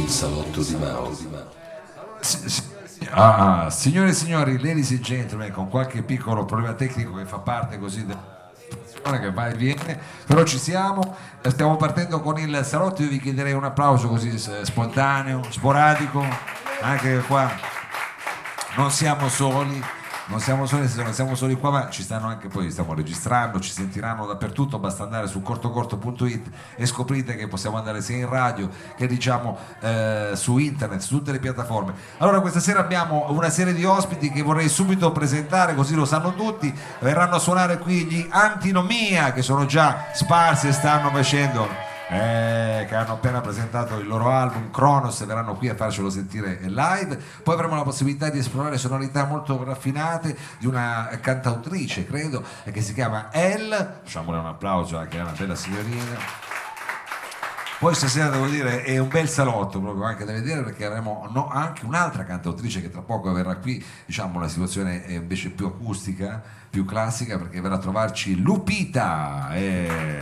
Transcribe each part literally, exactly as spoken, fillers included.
Il salotto di Mao. Ah, signore e signori, ladies and gentlemen, con qualche piccolo problema tecnico che fa parte così della che va e viene, però ci siamo, stiamo partendo con il salotto. Io vi chiederei un applauso così spontaneo, sporadico, anche qua non siamo soli. Non siamo soli, non siamo soli qua, ma ci stanno anche, poi stiamo registrando, ci sentiranno dappertutto, basta andare su cortocorto punto it e scoprite che possiamo andare sia in radio che diciamo eh, su internet, su tutte le piattaforme. Allora questa sera abbiamo una serie di ospiti che vorrei subito presentare, così lo sanno tutti. Verranno a suonare qui gli Antinomia, che sono già sparsi e stanno facendo... Eh, che hanno appena presentato il loro album Kronos e verranno qui a farcelo sentire live. Poi avremo la possibilità di esplorare sonorità molto raffinate di una cantautrice, credo, che si chiama Elle. Facciamole un applauso anche a una bella signorina. Poi stasera devo dire è un bel salotto proprio anche da vedere, perché avremo no, anche un'altra cantautrice che tra poco verrà qui, diciamo una situazione invece più acustica, più classica, perché verrà a trovarci Lupita. eh.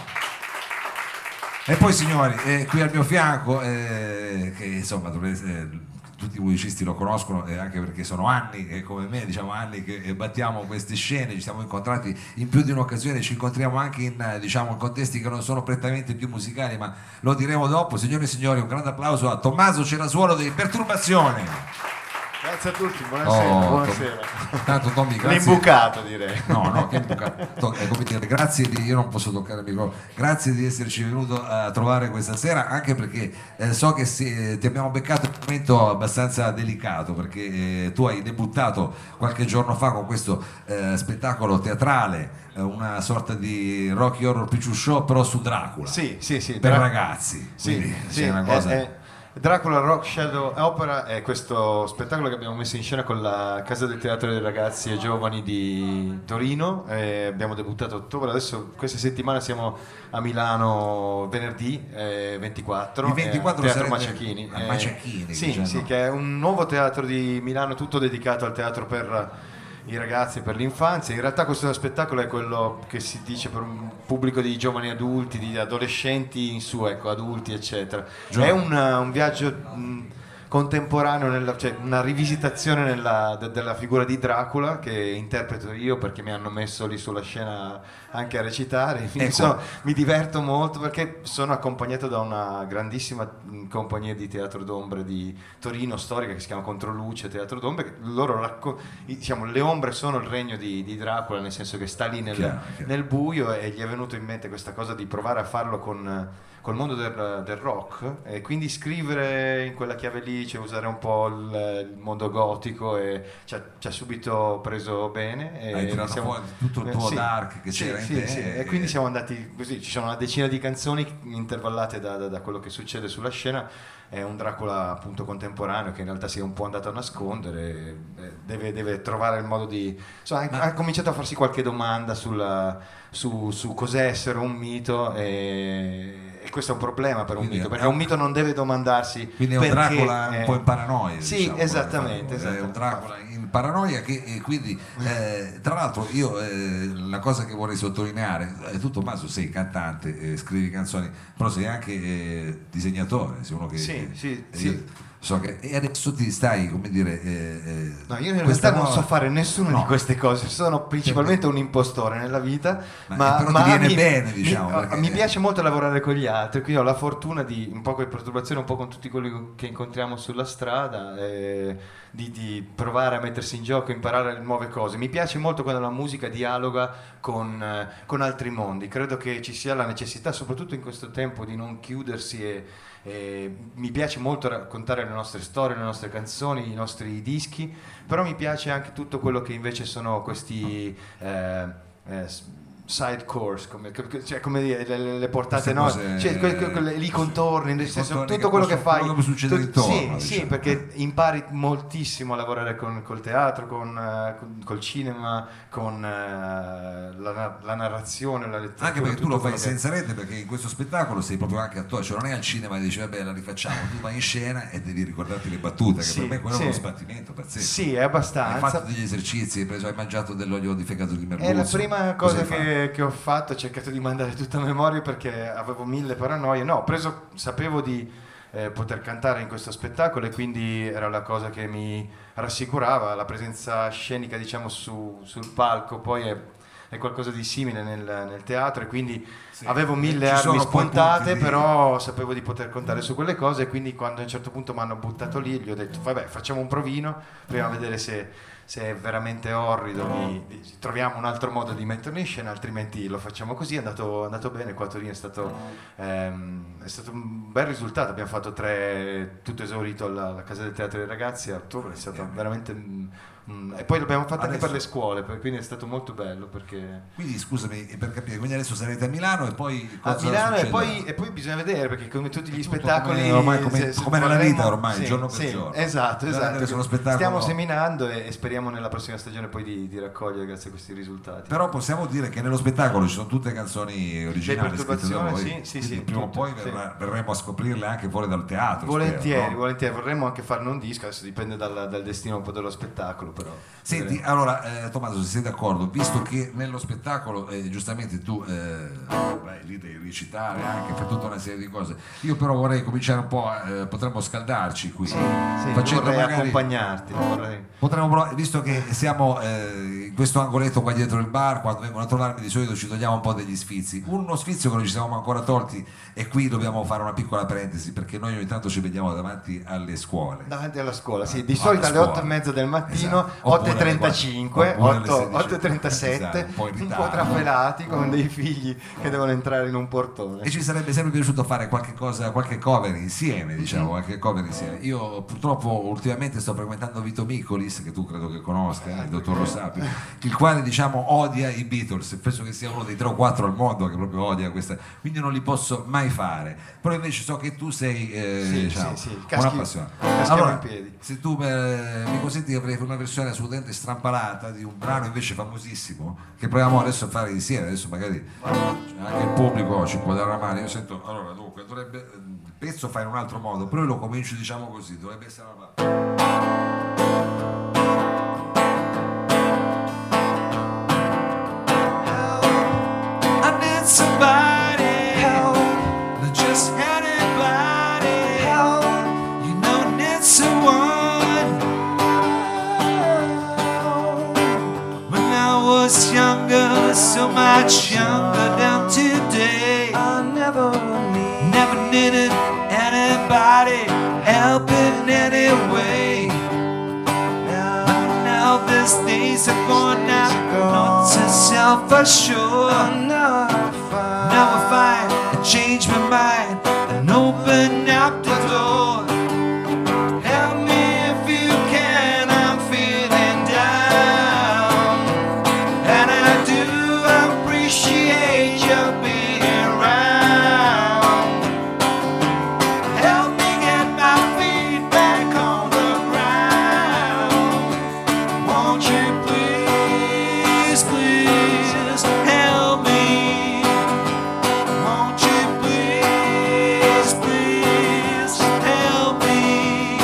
E poi signori, eh, qui al mio fianco, eh, che insomma dovrete, eh, tutti i musicisti lo conoscono, eh, anche perché sono anni, eh, come me, diciamo anni che eh, battiamo queste scene, ci siamo incontrati in più di un'occasione, ci incontriamo anche in, eh, diciamo, in contesti che non sono prettamente più musicali, ma lo diremo dopo. Signore e signori, un grande applauso a Tommaso Cerasuolo dei Perturbazione. Grazie a tutti, buonasera. Oh, buonasera. Tanto Tommy, grazie. L'imbucato direi. No, no, che imbucato. È come dire, grazie di, io non posso toccare il microfono, grazie di esserci venuto a trovare questa sera, anche perché eh, so che si, ti abbiamo beccato in un momento abbastanza delicato, perché eh, tu hai debuttato qualche giorno fa con questo eh, spettacolo teatrale, eh, una sorta di Rocky Horror Picture Show, però su Dracula. Sì, sì, sì. Per Dra- ragazzi. Sì, Quindi sì, c'è una cosa... È, è Dracula Rock Shadow Opera è questo spettacolo che abbiamo messo in scena con la Casa del Teatro dei Ragazzi e Giovani di Torino. E abbiamo debuttato a ottobre, adesso questa settimana siamo a Milano venerdì eh, ventiquattro, il ventiquattro eh, Teatro sarete Maciachini. a Eh, Maciachini, sì, diciamo. sì, che è un nuovo teatro di Milano, tutto dedicato al teatro per i ragazzi, per l'infanzia. In realtà questo spettacolo è quello che si dice per un pubblico di giovani adulti, di adolescenti in su, ecco, adulti eccetera. Gio- è un, un viaggio mh, contemporaneo, nella, cioè una rivisitazione nella, de, della figura di Dracula che interpreto io, perché mi hanno messo lì sulla scena anche a recitare. Ecco. Sono, mi diverto molto perché sono accompagnato da una grandissima mh, compagnia di teatro d'ombre di Torino storica che si chiama Controluce Teatro d'Ombre, che loro racco- diciamo le ombre sono il regno di, di Dracula, nel senso che sta lì nel, chiaro, chiaro. nel buio, e gli è venuto in mente questa cosa di provare a farlo con col mondo del, del rock, e quindi scrivere in quella chiave lì, cioè usare un po' il, il mondo gotico, e ci ha, ci ha subito preso bene. E hai tirato siamo, fuori tutto il tuo eh, sì, dark che sì, c'era sì, in te sì. e, E quindi siamo andati così, ci sono una decina di canzoni intervallate da, da, da quello che succede sulla scena. È un Dracula appunto contemporaneo che in realtà si è un po' andato a nascondere, deve, deve trovare il modo di... Insomma, ha, ha cominciato a farsi qualche domanda sulla, su, su cos'è essere un mito, e, e questo è un problema per un quindi mito, è, perché un mito non deve domandarsi quindi è un perché, Dracula un eh, po' in paranoia, sì, diciamo, esattamente, è esattamente. un Dracula in paranoia che, e quindi eh, tra l'altro io eh, la cosa che vorrei sottolineare, eh, tu Tommaso sei cantante, eh, scrivi canzoni, però sei anche eh, disegnatore, sei uno che Sì, sì, eh, sì. io so che e adesso ti stai, come dire, eh, eh, No, io in questa realtà non nuova- so fare nessuna No. di queste cose, sono principalmente un impostore nella vita, Ma- ma, però ti ma viene mi, bene, diciamo, mi, perché- mi piace molto lavorare con gli altri, quindi ho la fortuna di, un po' con perturbazione, un po' con tutti quelli che incontriamo sulla strada, eh, di, di provare a mettersi in gioco, imparare nuove cose. Mi piace molto quando la musica dialoga con, eh, con altri mondi, credo che ci sia la necessità, soprattutto in questo tempo, di non chiudersi. E Eh, mi piace molto raccontare le nostre storie, le nostre canzoni, i nostri dischi, però mi piace anche tutto quello che invece sono questi eh, eh, side course, come, cioè, come dire, le, le portate, no? cose, Cioè, que, que, que, i contorni, nel senso, contorni tutto che quello che possono- fai, quello che succede tu- intorno, sì, diciamo. sì, perché impari moltissimo a lavorare con, col teatro, con, eh, con- col cinema, con eh, la, la narrazione, la letteratura. Anche perché tu tutto lo fai quello che- senza rete, perché in questo spettacolo sei proprio anche attore, cioè non è al cinema e dici vabbè la rifacciamo, tu vai in scena e devi ricordarti le battute, che Sì, per me quello sì. è uno sbattimento pazzesco. Sì, è Hai abbastanza. fatto degli esercizi, hai, preso, hai mangiato dell'olio di fegato di merluzzo. È la prima Cosa cosa hai che, che ho fatto, ho cercato di mandare tutta a memoria perché avevo mille paranoie. No, ho preso, sapevo di, eh, poter cantare in questo spettacolo, e quindi era la cosa che mi rassicurava. La presenza scenica, diciamo, su, sul palco poi è, è qualcosa di simile nel, nel teatro, e quindi sì, avevo mille armi spuntate, però sapevo di poter contare su quelle cose, e quindi quando a un certo punto mi hanno buttato lì gli ho detto vabbè, facciamo un provino, proviamo a vedere se, se è veramente orrido, mi, troviamo un altro modo di metterlo in scena, altrimenti lo facciamo così. È andato, è andato bene. Qua a Torino è stato, ehm, è stato un bel risultato, abbiamo fatto tre, tutto esaurito alla, alla Casa del Teatro dei Ragazzi a ottobre, è stato veramente... Mm, e poi l'abbiamo fatto anche per le scuole, quindi è stato molto bello, perché... Quindi scusami, per capire, quindi adesso sarete a Milano e poi a Milano e poi, e poi bisogna vedere, perché come tutti gli tutto spettacoli come, ormai come, se, se come nella vita ormai, sì, giorno per sì, giorno, esatto, esatto. Spettacolo... stiamo seminando e, e speriamo nella prossima stagione poi di, di raccogliere grazie a questi risultati. Però possiamo dire che nello spettacolo ci sono tutte canzoni originali scritte da voi, sì, sì, sì, prima o tutto, poi sì. verremo a scoprirle anche fuori dal teatro, volentieri, spero, no? volentieri, vorremmo anche farne un disco, adesso dipende dal, dal destino un po' dello spettacolo, però. Senti, allora eh, Tommaso, se sei d'accordo, visto che nello spettacolo eh, giustamente tu eh, vai lì devi recitare anche, fai tutta una serie di cose, io però vorrei cominciare un po', eh, potremmo scaldarci qui, sì, sì, facendo vorrei magari, accompagnarti, vorrei. Potremmo, visto che siamo eh, in questo angoletto qua dietro il bar, quando vengono a trovarmi di solito ci togliamo un po' degli sfizi, uno sfizio che non ci siamo ancora tolti, e qui dobbiamo fare una piccola parentesi, perché noi ogni tanto ci vediamo davanti alle scuole, davanti alla scuola, sì, di solito alle otto e mezza del mattino, esatto. otto e trentacinque, otto e trentasette, esatto, un, un po' trafelati come dei figli che devono entrare in un portone. E ci sarebbe sempre piaciuto fare qualche cosa, qualche cover insieme, diciamo, qualche cover insieme. Io purtroppo ultimamente sto frequentando Vito Micolis, che tu credo che conosca, eh, il dottor Lo Sapio, il quale, diciamo, odia i Beatles, penso che sia uno dei tre o quattro al mondo che proprio odia questa, quindi non li posso mai fare. Però invece so che tu sei eh, sì, diciamo, sì, sì. un Caschi, appassionato. Allora, in piedi. Se tu eh, mi consenti, avrei una versione assolutamente strampalata di un brano invece famosissimo che proviamo adesso a fare insieme. Adesso magari anche il pubblico ci può dare una mano. Io sento, allora, dunque, dovrebbe, il pezzo fa in un altro modo, però io lo comincio, diciamo così, dovrebbe essere una I need somebody help, not just anybody help, you know, need someone. When I was younger, so much younger than today, I never need, never needed anybody help in any way. Now, now these days are gone, now not so self-assured. Now I find I change my mind and open up the door. Help me if you can, I'm feeling down, and I do appreciate you being around. Help me get my feet back on the ground. Won't you please, please help me? Won't you please, please help me?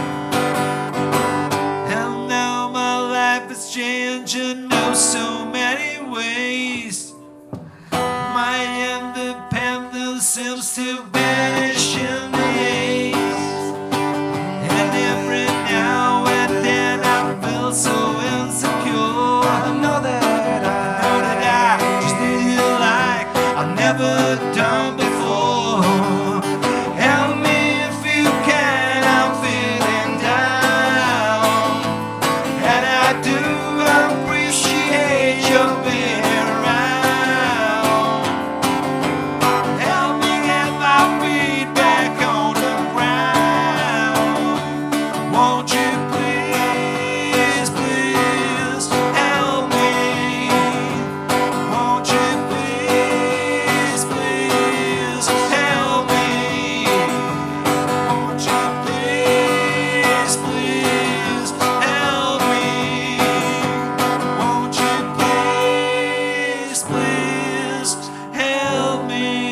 And now my life is changing in so many ways. My independence seems to vanish in the haze, and every now and then I feel so insecure. I know that I, know that I just need you like I've never done before. Help me if you can, I'm feeling down, and I do appreciate you being around. Help me get my feet back on the ground. Won't you please, please help me? Won't you please, please help me? Won't you please, please help me? Won't you please, please help me?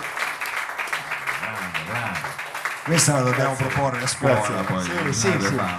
Questa la dobbiamo proporre a scuola, Grazie. poi. Sì, sì, sì.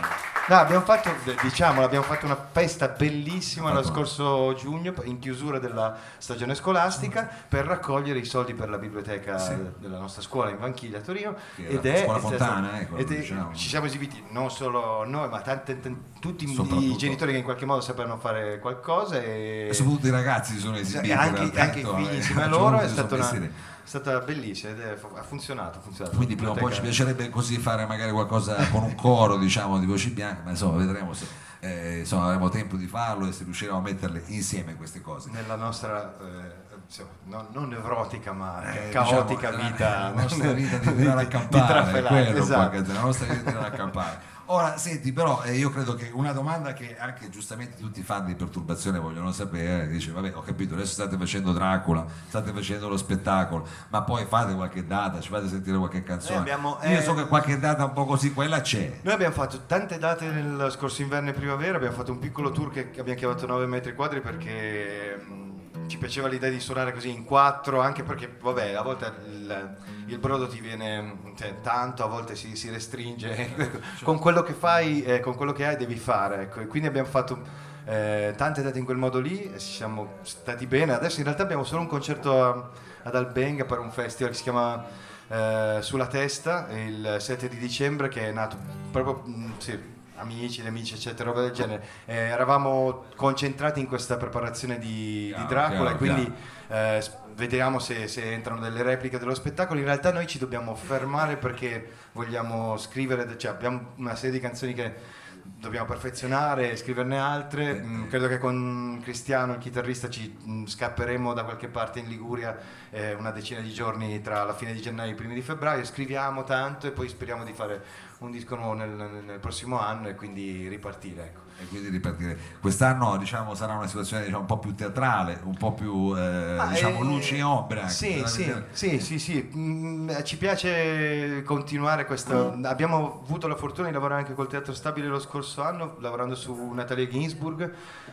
No, abbiamo fatto, diciamo, abbiamo fatto una festa bellissima lo scorso giugno in chiusura della stagione scolastica per raccogliere i soldi per la biblioteca sì. della nostra scuola in Vanchiglia a Torino ed è scuola Fontana, ecco, ed è, diciamo. Ci siamo esibiti non solo noi ma tante, tante, tutti i genitori che in qualche modo sapevano fare qualcosa e, e soprattutto i ragazzi si sono esibiti anche, anche i figli insieme a loro. È stata una È stata bellissima ed è, ha funzionato, ha funzionato. Quindi prima o poi ci piacerebbe così fare magari qualcosa con un coro, diciamo, di voci bianche, ma insomma vedremo se eh, insomma, avremo tempo di farlo e se riusciremo a metterle insieme queste cose. Nella nostra eh, insomma, non, non nevrotica ma eh, caotica diciamo, vita. La nostra vita di tirare a campare, quello esatto. La nostra vita di tirare a campare. Ora, senti, però eh, io credo che una domanda che anche giustamente tutti i fan di Perturbazione vogliono sapere, dice, vabbè, ho capito, adesso state facendo Dracula, state facendo lo spettacolo, ma poi fate qualche data, ci fate sentire qualche canzone. Abbiamo, io eh, so che qualche data un po' così, quella c'è. Noi abbiamo fatto tante date nel scorso inverno e primavera, abbiamo fatto un piccolo tour che abbiamo chiamato nove metri quadri perché mh, ci piaceva l'idea di suonare così in quattro, anche perché, vabbè, a volte il, il brodo ti viene cioè, tanto, a volte si, si restringe, con quello che fai, eh, con quello che hai devi fare, ecco. E quindi abbiamo fatto eh, tante date in quel modo lì e siamo stati bene. Adesso in realtà abbiamo solo un concerto a, ad Albenga per un festival che si chiama eh, Sulla Testa, il sette di dicembre, che è nato proprio, mh, sì, amici, nemici eccetera, roba del genere. Eh, eravamo concentrati in questa preparazione di, chiaro, di Dracula chiaro, e quindi eh, vediamo se, se entrano delle repliche dello spettacolo. In realtà noi ci dobbiamo fermare perché vogliamo scrivere, cioè abbiamo una serie di canzoni che dobbiamo perfezionare, scriverne altre. Mm, credo che con Cristiano, il chitarrista, ci mm, scapperemo da qualche parte in Liguria eh, una decina di giorni tra la fine di gennaio e i primi di febbraio, scriviamo tanto e poi speriamo di fare un disco nuovo nel, nel prossimo anno e quindi ripartire, ecco. E quindi ripartire. Quest'anno diciamo sarà una situazione diciamo, un po' più teatrale, un po' più eh, ah, diciamo eh, luci e ombre anche. Sì, sì, sì, sì, sì. Mm, ci piace continuare questo. Mm. Abbiamo avuto la fortuna di lavorare anche col Teatro Stabile lo scorso anno, lavorando su Natalia Ginzburg.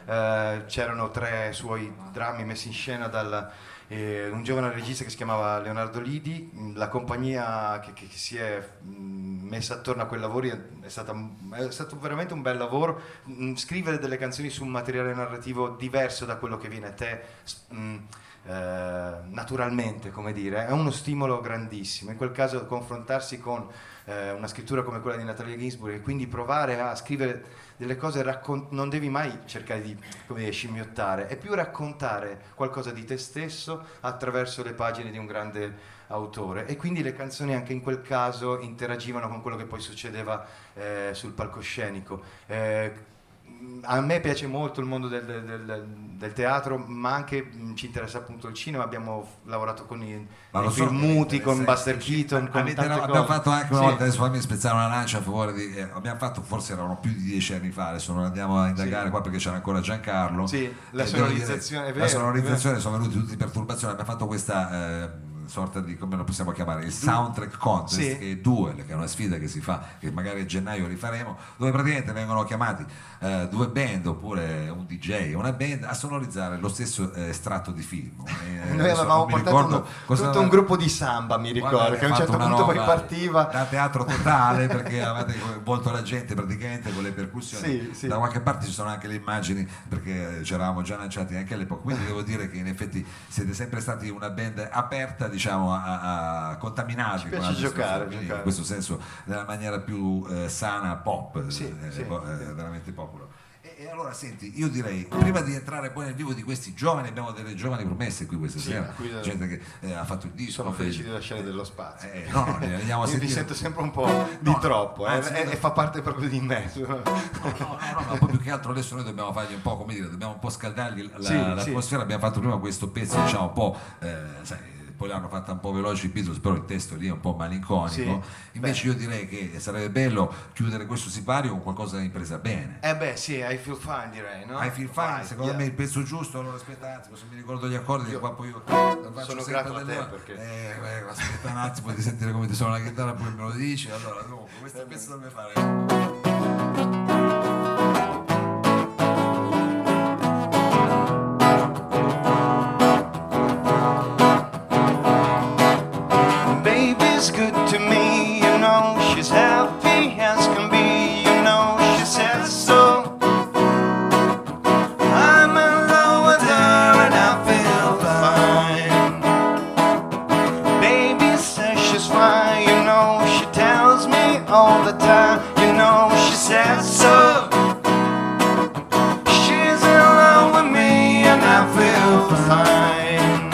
Eh, c'erano tre suoi drammi messi in scena dal eh, un giovane regista che si chiamava Leonardo Lidi. La compagnia che, che, che si è mh, messa attorno a quei lavori è, è, stata, è stato veramente un bel lavoro. Mh, scrivere delle canzoni su un materiale narrativo diverso da quello che viene a te mh, eh, naturalmente, come dire, è uno stimolo grandissimo. In quel caso confrontarsi con eh, una scrittura come quella di Natalia Ginzburg e quindi provare a scrivere delle cose, raccon- non devi mai cercare di come dire, scimmiottare, è più raccontare qualcosa di te stesso attraverso le pagine di un grande autore, e quindi le canzoni anche in quel caso interagivano con quello che poi succedeva eh, sul palcoscenico. Eh, a me piace molto il mondo del, del, del, del teatro, ma anche mh, ci interessa appunto il cinema. Abbiamo lavorato con i, i film muti, con Buster Keaton, con tante no, cose. Abbiamo fatto anche una sì. volta, adesso fammi spezzare una lancia a favore di eh, abbiamo fatto, forse erano più di dieci anni fa, adesso non andiamo a indagare sì. qua perché c'era ancora Giancarlo. Sì, la sonorizzazione, dire, è vero, la sonorizzazione è sono venuti tutti in perturbazione. Abbiamo fatto questa eh, sorta di, come lo possiamo chiamare, il soundtrack contest, sì. che è Duel, che è una sfida che si fa, che magari a gennaio rifaremo, dove praticamente vengono chiamati eh, due band oppure un D J, una band a sonorizzare lo stesso eh, estratto di film. Eh, Noi avevamo portato uno, tutto aveva... un gruppo di samba, mi ricordo, guarda, che a un certo punto poi partiva da teatro totale perché avevate coinvolto la gente praticamente con le percussioni. Sì, sì. Da qualche parte ci sono anche le immagini perché ci eravamo già lanciati anche all'epoca, quindi devo dire che in effetti siete sempre stati una band aperta, diciamo, a, a contaminarvi. Ci piace giocare, giocare in questo senso nella maniera più eh, sana, pop, sì, eh, sì, eh, sì. veramente popolo. E, e allora senti, io direi, prima di entrare poi nel vivo di questi giovani, abbiamo delle giovani promesse qui questa sì, sera, da... gente che eh, ha fatto il disco. Sono felice di lasciare dello spazio. Eh, no, no, ne andiamo a sentire. Mi sento sempre un po' di no, troppo, no, eh, e, e fa parte proprio di me. No, no, no, no, ma poi più che altro adesso noi dobbiamo fargli un po', come dire, dobbiamo un po' scaldargli la, sì, l'atmosfera. Sì. Abbiamo fatto prima questo pezzo, diciamo, un po', eh, sai, poi l'hanno fatta un po' veloce i Beatles, però il testo lì è un po' malinconico. Sì, invece beh. Io direi che sarebbe bello chiudere questo sipario con qualcosa di presa bene. Eh beh sì, I Feel Fine direi, no? I Feel Fine, fine secondo yeah. me il pezzo giusto. Allora aspetta un attimo, se mi ricordo gli accordi, io, che qua poi io sono grato a te nuova. Perché eh, eh, aspetta un attimo di sentire come ti suona la chitarra, poi me lo dici. Allora comunque questo pezzo dove fare? Good to me, you know, she's happy as can be, you know, she's happy. I feel fine.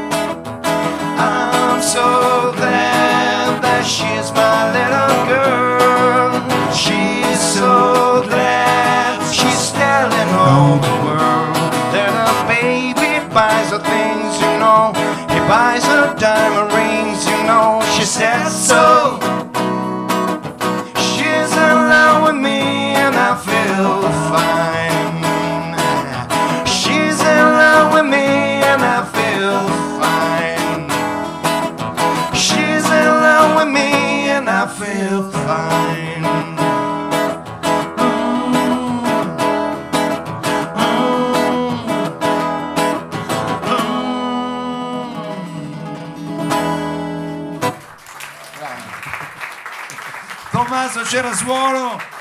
I'm so glad that she's my little girl. She's so glad she's telling all the world that her baby buys her things, you know. He buys her diamond rings, you know. She says so. She's in love with me and I feel fine. She's in love with me and I feel fine. She's in love with me and I feel fine. Tommaso Cerasuolo